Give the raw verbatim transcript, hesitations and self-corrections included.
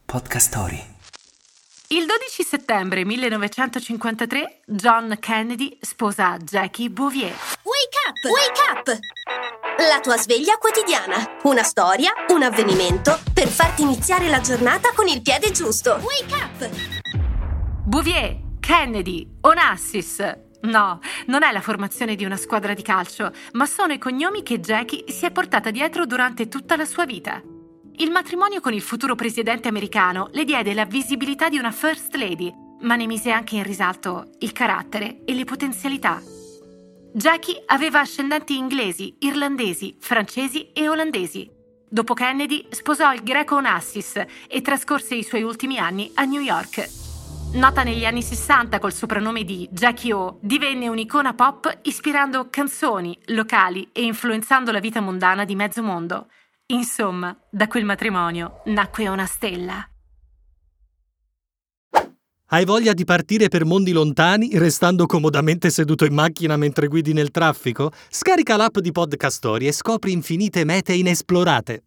Podcast Story. Il dodici settembre millenovecentocinquantatré John Kennedy sposa Jackie Bouvier. Wake up! Wake up! La tua sveglia quotidiana. Una storia, un avvenimento per farti iniziare la giornata con il piede giusto. Wake up! Bouvier, Kennedy, Onassis. No, non è la formazione di una squadra di calcio, ma sono i cognomi che Jackie si è portata dietro durante tutta la sua vita. Il matrimonio con il futuro presidente americano le diede la visibilità di una First Lady, ma ne mise anche in risalto il carattere e le potenzialità. Jackie aveva ascendenti inglesi, irlandesi, francesi e olandesi. Dopo Kennedy sposò il greco Onassis e trascorse i suoi ultimi anni a New York. Nota negli anni sessanta col soprannome di Jackie O, divenne un'icona pop ispirando canzoni locali e influenzando la vita mondana di mezzo mondo. Insomma, da quel matrimonio nacque una stella. Hai voglia di partire per mondi lontani restando comodamente seduto in macchina mentre guidi nel traffico? Scarica l'app di Podcast Story e scopri infinite mete inesplorate.